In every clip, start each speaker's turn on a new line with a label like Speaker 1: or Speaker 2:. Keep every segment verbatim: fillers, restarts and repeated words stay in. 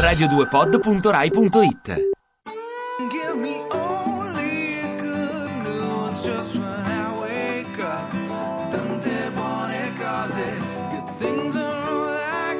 Speaker 1: radio due pod punto rai punto it.
Speaker 2: Give me only good news just when I wake up. Tante buone cose, good things are all I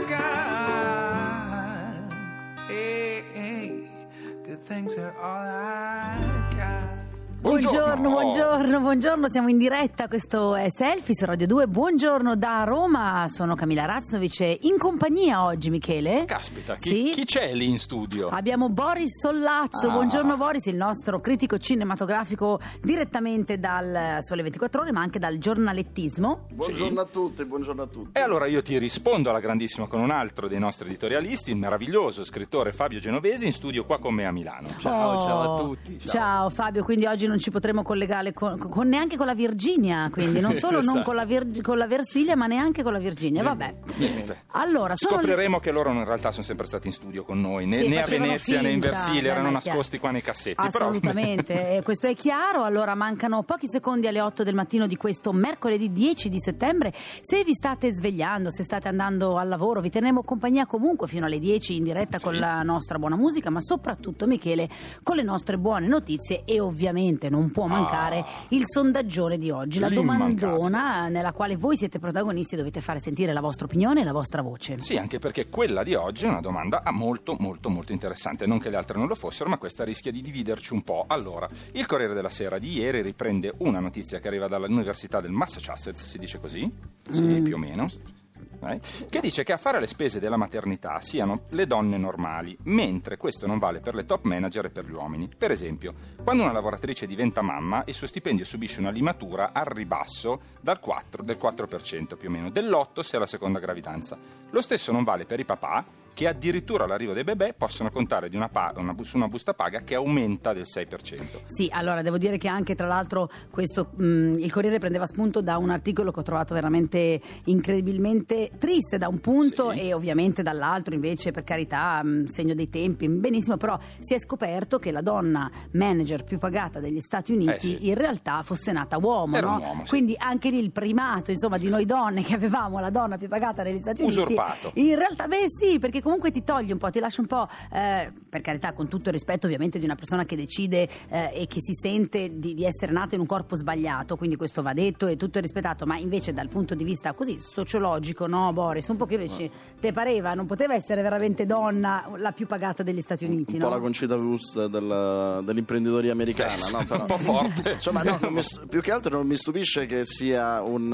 Speaker 2: got. Hey, hey, good things are all I got.
Speaker 3: Buongiorno, buongiorno, buongiorno, siamo in diretta, questo è Selfie su Radio due. Buongiorno da Roma, sono Camilla Raznovic, in compagnia oggi, Michele.
Speaker 4: Caspita, chi,
Speaker 3: Sì?
Speaker 4: chi c'è lì in studio?
Speaker 3: Abbiamo Boris Sollazzo,
Speaker 4: Ah.
Speaker 3: buongiorno Boris, il nostro critico cinematografico direttamente dal Sole ventiquattro Ore, ma anche dal giornalettismo.
Speaker 5: Buongiorno a tutti, buongiorno a tutti.
Speaker 4: E allora io ti rispondo alla grandissima con un altro dei nostri editorialisti, il meraviglioso scrittore Fabio Genovesi, in studio qua con me a Milano.
Speaker 5: Ciao,
Speaker 3: Oh,
Speaker 5: ciao a tutti.
Speaker 3: Ciao.
Speaker 5: Ciao.
Speaker 3: Fabio, quindi oggi non ci potremo collegare con, con neanche con la Virginia, quindi non solo non
Speaker 4: Esatto.
Speaker 3: con la, Vir- con la Versilia, ma neanche con la Virginia. Vabbè.
Speaker 4: Niente.
Speaker 3: Allora, sono
Speaker 4: Scopriremo che loro in realtà sono sempre stati in studio con noi, né,
Speaker 3: Sì,
Speaker 4: né a
Speaker 3: facevano
Speaker 4: Venezia né in
Speaker 3: finta.
Speaker 4: Versilia,
Speaker 3: Beh,
Speaker 4: erano
Speaker 3: ma è chiaro.
Speaker 4: nascosti qua nei cassetti.
Speaker 3: Assolutamente,
Speaker 4: Però...
Speaker 3: eh, questo è chiaro. Allora mancano pochi secondi alle otto del mattino di questo mercoledì dieci di settembre. Se vi state svegliando, se state andando al lavoro, vi terremo compagnia comunque fino alle dieci in diretta
Speaker 4: Sì.
Speaker 3: con la nostra buona musica, ma soprattutto, Michele, con le nostre buone notizie e ovviamente non può mancare
Speaker 4: Ah.
Speaker 3: il sondaggione di oggi, la
Speaker 4: L'immancabile.
Speaker 3: domandona nella quale voi siete protagonisti e dovete fare sentire la vostra opinione e la vostra voce.
Speaker 4: Sì, anche perché quella di oggi è una domanda molto molto molto interessante, non che le altre non lo fossero, ma questa rischia di dividerci un po'. Allora, il Corriere della Sera di ieri riprende una notizia che arriva dall'Università del Massachusetts, si dice così? Sì,
Speaker 3: Mm.
Speaker 4: più o meno. Eh? Che dice che a fare le spese della maternità siano le donne normali, mentre questo non vale per le top manager e per gli uomini. Per esempio, quando una lavoratrice diventa mamma, il suo stipendio subisce una limatura al ribasso dal quattro, del quattro per cento più o meno, dell'otto se è la seconda gravidanza. Lo stesso non vale per i papà, che addirittura all'arrivo dei bebè possono contare di una, pa- una, su una busta paga che aumenta del sei per cento.
Speaker 3: Sì, allora devo dire che anche tra l'altro questo mh, il Corriere prendeva spunto da un articolo che ho trovato veramente incredibilmente triste da un punto,
Speaker 4: Sì.
Speaker 3: e ovviamente dall'altro invece, per carità, mh, segno dei tempi, benissimo, però si è scoperto che la donna manager più pagata degli Stati Uniti
Speaker 4: Eh, sì.
Speaker 3: in realtà fosse nata uomo,
Speaker 4: Era
Speaker 3: no?
Speaker 4: un uomo, sì.
Speaker 3: Quindi anche lì il primato, insomma, di noi donne che avevamo la donna più pagata negli Stati Uniti.
Speaker 4: Usurpato.
Speaker 3: In realtà, beh sì, perché comunque ti toglie un po', ti lascia un po', eh, per carità, con tutto il rispetto ovviamente di una persona che decide eh, e che si sente di, di essere nata in un corpo sbagliato, quindi questo va detto e tutto è rispettato, ma invece dal punto di vista così sociologico, no Boris, un po' che invece te pareva, non poteva essere veramente donna la più pagata degli Stati Uniti,
Speaker 5: Un
Speaker 3: no?
Speaker 5: po' la Conchita Wurst del, dell'imprenditoria americana,
Speaker 4: Eh,
Speaker 5: no? Però,
Speaker 4: un po' forte.
Speaker 5: Insomma, no, non mi stu- più che altro non mi stupisce che sia un,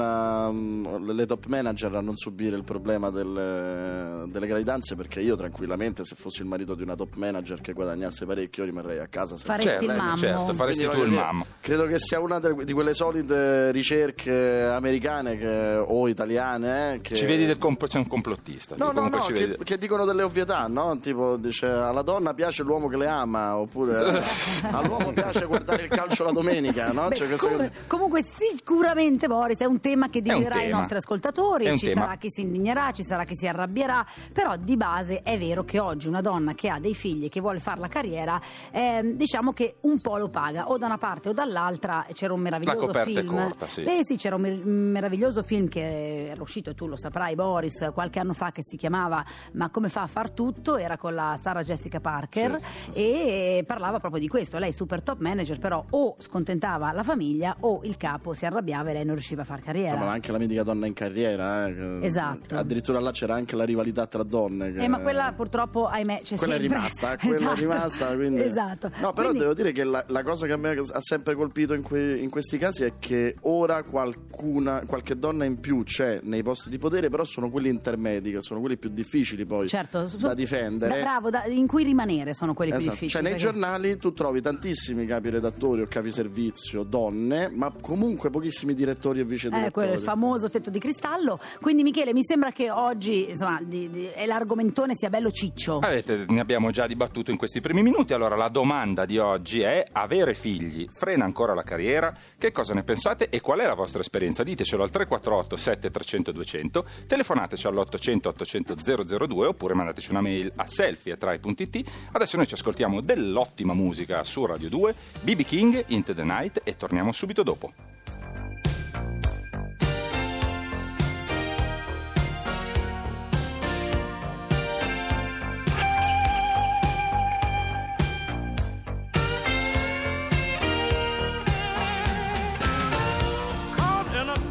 Speaker 5: um, le top manager a non subire il problema delle, delle gravidanze, perché io tranquillamente, se fossi il marito di una top manager che guadagnasse parecchio, rimarrei a casa senza
Speaker 3: Faresti il
Speaker 4: Certo,
Speaker 3: mammo.
Speaker 4: certo, faresti
Speaker 5: Quindi
Speaker 4: tu il
Speaker 5: voglio dire,
Speaker 4: mammo.
Speaker 5: Credo che sia una de- di quelle solite ricerche americane che- o italiane eh, che...
Speaker 4: Ci vedi del comp- c'è un complottista.
Speaker 5: No,
Speaker 4: tu
Speaker 5: no,
Speaker 4: comunque
Speaker 5: no,
Speaker 4: ci
Speaker 5: che,
Speaker 4: vedi...
Speaker 5: che dicono delle ovvietà, no? Tipo, dice, alla donna piace l'uomo che le ama, oppure eh, all'uomo piace guardare il calcio la domenica, no?
Speaker 3: Beh,
Speaker 5: Cioè, queste
Speaker 3: comunque,
Speaker 5: cose-
Speaker 3: comunque sicuramente Boris è un tema che dividerà i
Speaker 4: tema.
Speaker 3: nostri ascoltatori,
Speaker 4: È un
Speaker 3: ci
Speaker 4: tema.
Speaker 3: sarà chi si indignerà, ci sarà chi si arrabbierà, però di base è vero che oggi una donna che ha dei figli e che vuole fare la carriera, eh, diciamo che un po' lo paga, o da una parte o dall'altra. C'era un meraviglioso
Speaker 4: La coperta è
Speaker 3: film,
Speaker 4: corta, sì.
Speaker 3: Beh sì, c'era un mer- meraviglioso film che era uscito, e tu lo saprai Boris, qualche anno fa, che si chiamava Ma come fa a far tutto, era con la Sarah Jessica Parker,
Speaker 5: Sì, sì, sì.
Speaker 3: e parlava proprio di questo, lei super top manager, però o scontentava la famiglia o il capo si arrabbiava e lei non riusciva a far carriera.
Speaker 5: No, ma anche la mitica donna in carriera, eh, che-
Speaker 3: Esatto.
Speaker 5: addirittura là c'era anche la rivalità tra donne. Che...
Speaker 3: Eh, ma quella purtroppo, ahimè, c'è
Speaker 5: Quella è
Speaker 3: sempre.
Speaker 5: rimasta, quella
Speaker 3: Esatto.
Speaker 5: è rimasta, quindi...
Speaker 3: Esatto.
Speaker 5: No, però
Speaker 3: Quindi-
Speaker 5: devo dire che la, la cosa che a me ha sempre colpito in, que- in questi casi è che ora qualcuna, qualche donna in più c'è nei posti di potere, però sono quelli intermedi, che sono quelli più difficili poi
Speaker 3: Certo,
Speaker 5: da difendere.
Speaker 3: Da- bravo, da- in cui rimanere sono quelli più
Speaker 5: Esatto.
Speaker 3: difficili.
Speaker 5: Cioè, nei
Speaker 3: perché-
Speaker 5: giornali tu trovi tantissimi capi redattori o capi servizio donne, ma comunque pochissimi direttori e vice direttori.
Speaker 3: Eh, quello è il famoso tetto di cristallo. Quindi Michele, mi sembra che oggi insomma di, di, e l'argomentone sia bello ciccio.
Speaker 4: Avete, ne abbiamo già dibattuto in questi primi minuti. Allora la domanda di oggi è: avere figli frena ancora la carriera? Che cosa ne pensate e qual è la vostra esperienza? Ditecelo al tre quattro otto sette tre zero zero due zero zero, telefonateci all'ottocento ottocento zero zero due oppure mandateci una mail a selfie chiocciola rai punto it. Adesso noi ci ascoltiamo dell'ottima musica su Radio due, B B King, Into the Night, e torniamo subito dopo.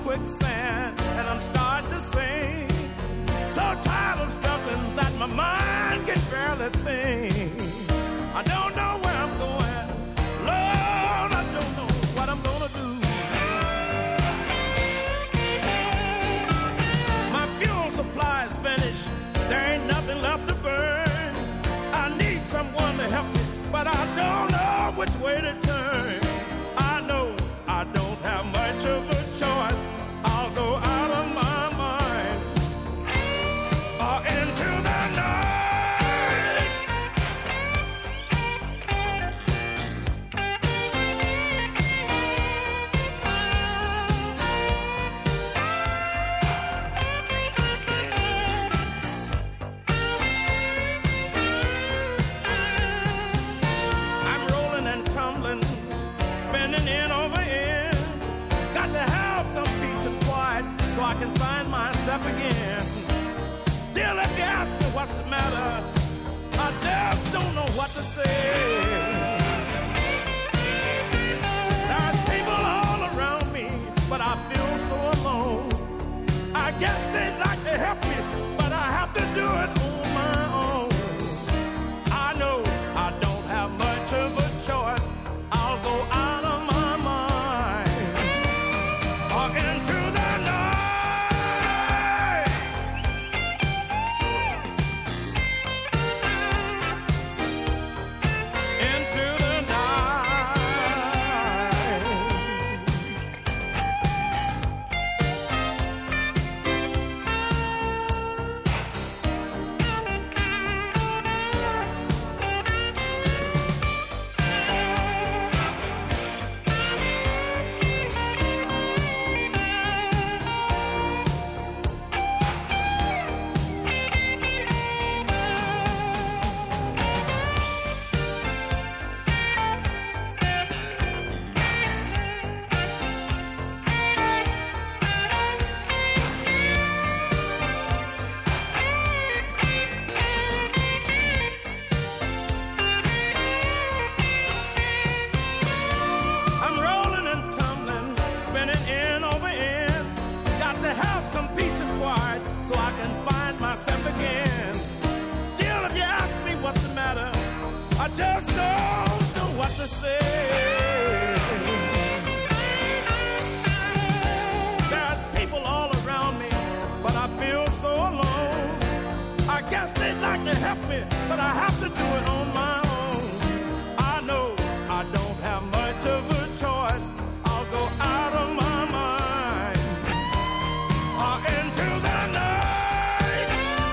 Speaker 2: quicksand, and I'm starting to sink. So tired of struggling that my mind can barely think. I don't know where I'm going, Lord, I don't know what I'm gonna do. My fuel supply is finished, there ain't nothing left to burn. I need someone to help me, but I don't know which way to turn. I know I don't have much of a choice. I'll go out of my mind or into the night. I'm rolling and tumbling, spinning in over end. Got to have some peace and quiet so I can find myself again. Still, if you ask me what's the matter, I just don't know what to say. There's people all around me, but I feel so alone. I guess they'd like to help me, but I have to do it on my own. I know I don't have much of a choice. I'll go out of my mind or into the night. Into the night. I'm rolling and tumbling, spinning in over end. Got to have some peace and quiet so I can find myself again. Still, if you ask me what's the matter, I just don't know what to say. There's people all around me, but I feel so alone. I guess they'd like to help me, but I have to do it on my own. I know I don't have much of a choice. I'll go out of my mind or into the night.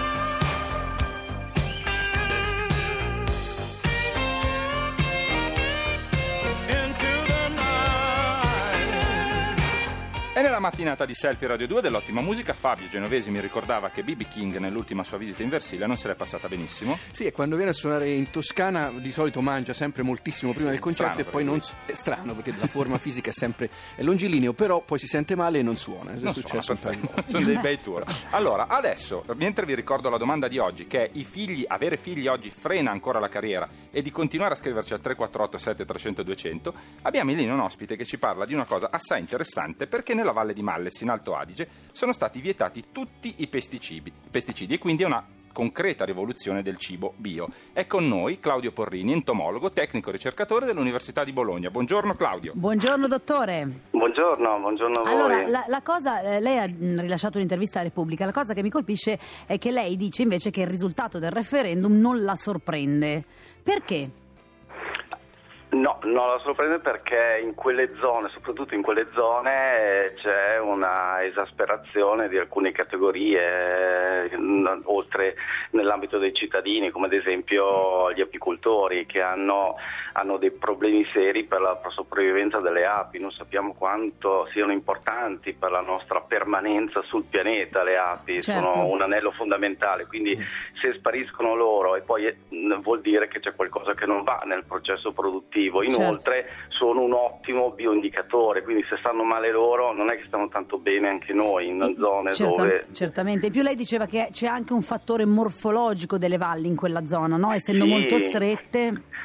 Speaker 2: Into the night.
Speaker 4: E nella mattinata di Selfie Radio due dell'Ottima Musica, Fabio Genovesi mi ricordava che B B King nell'ultima sua visita in Versilia non se l'è passata benissimo.
Speaker 6: Sì, e quando viene a suonare in Toscana di solito mangia sempre moltissimo prima
Speaker 4: Sì,
Speaker 6: del concerto
Speaker 4: strano
Speaker 6: e poi
Speaker 4: per
Speaker 6: non
Speaker 4: lui.
Speaker 6: s- è strano perché la forma fisica è sempre è longilineo, però poi si sente male e non suona. È
Speaker 4: Non
Speaker 6: successo
Speaker 4: sono,
Speaker 6: un paio di volte.
Speaker 4: sono dei bei tour. Allora, adesso, mentre vi ricordo la domanda di oggi, che è: i figli, avere figli oggi frena ancora la carriera? E di continuare a scriverci al tre quattro otto sette tre zero zero due zero zero, abbiamo in linea un ospite che ci parla di una cosa assai interessante, perché nella Valle di Malles, in Alto Adige, sono stati vietati tutti i pesticidi, pesticidi e quindi è una concreta rivoluzione del cibo bio. È con noi Claudio Porrini, entomologo, tecnico ricercatore dell'Università di Bologna. Buongiorno Claudio.
Speaker 3: Buongiorno dottore.
Speaker 7: Buongiorno, buongiorno a voi.
Speaker 3: Allora, la, la cosa, eh, lei ha mh, rilasciato un'intervista a Repubblica, la cosa che mi colpisce è che lei dice invece che il risultato del referendum non la sorprende. Perché?
Speaker 7: No, non la sorprende perché in quelle zone, soprattutto in quelle zone, eh, c'è una esasperazione di alcune categorie, eh, n- oltre nell'ambito dei cittadini, come ad esempio gli apicoltori, che hanno, hanno dei problemi seri per la sopravvivenza delle api. Non sappiamo quanto siano importanti per la nostra permanenza sul pianeta le api,
Speaker 3: Certo.
Speaker 7: sono un anello fondamentale, quindi se spariscono loro e poi eh, vuol dire che c'è qualcosa che non va nel processo produttivo. Inoltre certo. sono un ottimo bioindicatore, quindi se stanno male loro non è che stanno tanto bene anche noi in e, zone
Speaker 3: certa,
Speaker 7: dove...
Speaker 3: Certamente, in più lei diceva che c'è anche un fattore morfologico delle valli in quella zona, no? Essendo
Speaker 7: sì.
Speaker 3: molto strette...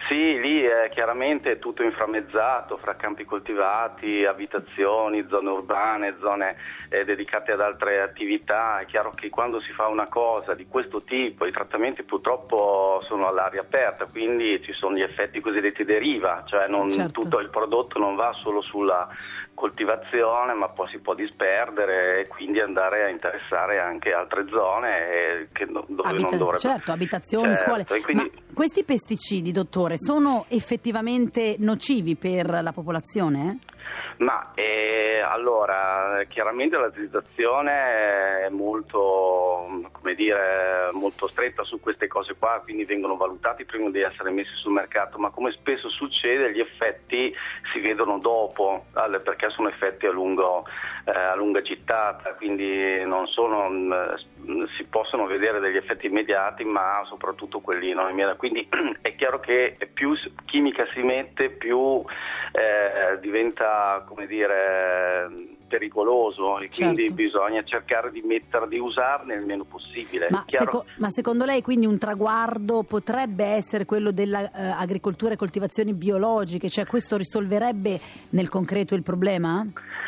Speaker 7: Sì, lì è chiaramente tutto inframmezzato fra campi coltivati, abitazioni, zone urbane, zone eh, dedicate ad altre attività. È chiaro che quando si fa una cosa di questo tipo i trattamenti purtroppo sono all'aria aperta, quindi ci sono gli effetti cosiddetti deriva, cioè non
Speaker 3: Certo.
Speaker 7: tutto il prodotto non va solo sulla coltivazione, ma poi si può disperdere e quindi andare a interessare anche altre zone eh, che no, dove
Speaker 3: Abita-
Speaker 7: non dovrebbe.
Speaker 3: certo, abitazioni,
Speaker 7: Certo,
Speaker 3: scuole.
Speaker 7: e quindi-
Speaker 3: Ma questi pesticidi, dottore, sono effettivamente nocivi per la popolazione?
Speaker 7: Ma eh, allora, chiaramente la legislazione è molto, come dire, molto stretta su queste cose qua, quindi vengono valutati prima di essere messi sul mercato, ma come spesso succede gli effetti si vedono dopo, perché sono effetti a lungo, eh, a lunga gittata, quindi non sono, si possono vedere degli effetti immediati, ma soprattutto quelli non immediati. Quindi è chiaro che più chimica si mette, più eh, diventa, come dire, pericoloso e quindi
Speaker 3: Certo.
Speaker 7: bisogna cercare di mettere, di usarne il meno possibile.
Speaker 3: Ma,
Speaker 7: Chiaro-
Speaker 3: seco- ma secondo lei quindi un traguardo potrebbe essere quello dell'agricoltura e coltivazioni biologiche, cioè questo risolverebbe nel concreto il problema?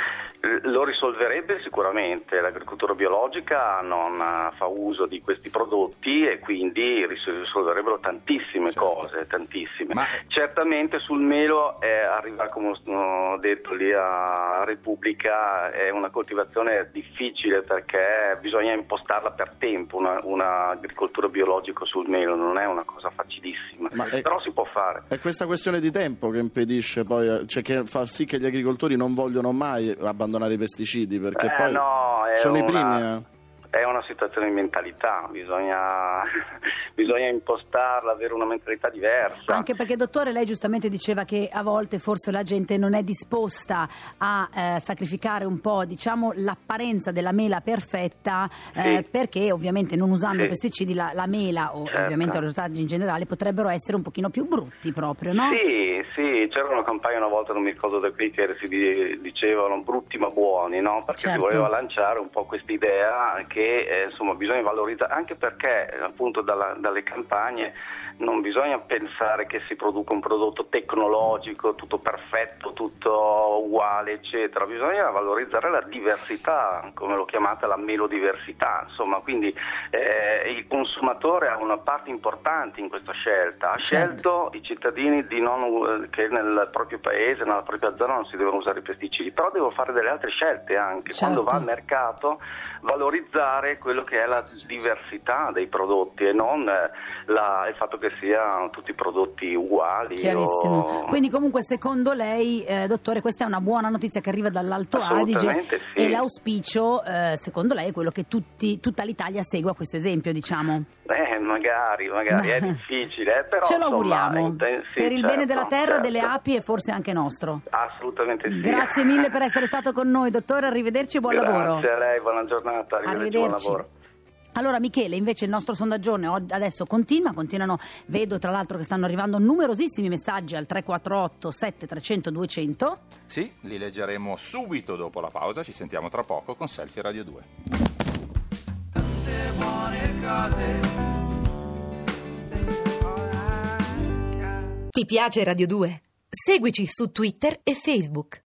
Speaker 7: Lo risolverebbe sicuramente, l'agricoltura biologica non fa uso di questi prodotti e quindi risolverebbero tantissime
Speaker 4: Certo.
Speaker 7: cose, tantissime.
Speaker 4: Ma-
Speaker 7: Certamente sul melo è arrivare, come ho detto lì a Repubblica, è una coltivazione difficile perché bisogna impostarla per tempo, una, una agricoltura biologica sul melo non è una cosa facilissima,
Speaker 5: Ma è-
Speaker 7: però si può fare.
Speaker 5: È questa questione di tempo che impedisce poi, cioè che fa sì che gli agricoltori non vogliono mai abbandonare i pesticidi, perché
Speaker 7: Eh,
Speaker 5: poi
Speaker 7: no, è
Speaker 5: sono i
Speaker 7: una-
Speaker 5: primi a...
Speaker 7: È una situazione di mentalità, bisogna, bisogna impostarla, avere una mentalità diversa.
Speaker 3: Anche perché, dottore, lei giustamente diceva che a volte forse la gente non è disposta a eh, sacrificare un po', diciamo, l'apparenza della mela perfetta, eh,
Speaker 7: Sì.
Speaker 3: perché ovviamente non usando
Speaker 7: Sì.
Speaker 3: pesticidi la, la mela o
Speaker 7: Certo.
Speaker 3: ovviamente i risultati in generale potrebbero essere un pochino più brutti proprio, no?
Speaker 7: Sì, sì, c'era una campagna una volta, non mi ricordo da qui, che si di- dicevano brutti ma buoni, no? Perché
Speaker 3: Certo.
Speaker 7: si voleva lanciare un po' quest'idea che eh, insomma bisogna valorizzare, anche perché appunto dalla- dalle campagne non bisogna pensare che si produca un prodotto tecnologico, tutto perfetto, tutto uguale, eccetera. Bisogna valorizzare la diversità, come l'ho chiamata la melodiversità, insomma, quindi eh, il consumatore ha una parte importante in questa scelta. Ha
Speaker 3: Certo.
Speaker 7: scelto i cittadini di non, che nel proprio paese, nella propria zona non si devono usare i pesticidi, però devo fare delle altre scelte anche.
Speaker 3: Certo.
Speaker 7: Quando va al mercato, valorizzare quello che è la diversità dei prodotti e non eh, la, il fatto che siano tutti prodotti uguali.
Speaker 3: Chiarissimo.
Speaker 7: o-
Speaker 3: Quindi comunque secondo lei, eh, dottore, questa è una buona notizia che arriva dall'Alto Adige
Speaker 7: Assolutamente sì.
Speaker 3: e l'auspicio, eh, secondo lei, è quello che tutti, tutta l'Italia segua questo esempio, diciamo.
Speaker 7: Eh, magari, magari è difficile, eh, però
Speaker 3: Ce lo
Speaker 7: insomma,
Speaker 3: auguriamo,
Speaker 7: eh, sì,
Speaker 3: per il
Speaker 7: certo,
Speaker 3: bene della terra,
Speaker 7: certo.
Speaker 3: delle api e forse anche nostro.
Speaker 7: Assolutamente sì.
Speaker 3: Grazie mille per essere stato con noi, dottore, arrivederci e buon
Speaker 7: Grazie
Speaker 3: lavoro.
Speaker 7: a lei, buona giornata, arrivederci, buon
Speaker 3: Arrivederci.
Speaker 7: lavoro.
Speaker 3: Allora Michele, invece il nostro sondaggione od- adesso continua, continuano, vedo tra l'altro che stanno arrivando numerosissimi messaggi al tre quattro otto sette tre zero zero due zero zero.
Speaker 4: Sì, li leggeremo subito dopo la pausa, ci sentiamo tra poco con Selfie Radio due.
Speaker 8: Ti piace Radio due? Seguici su Twitter e Facebook.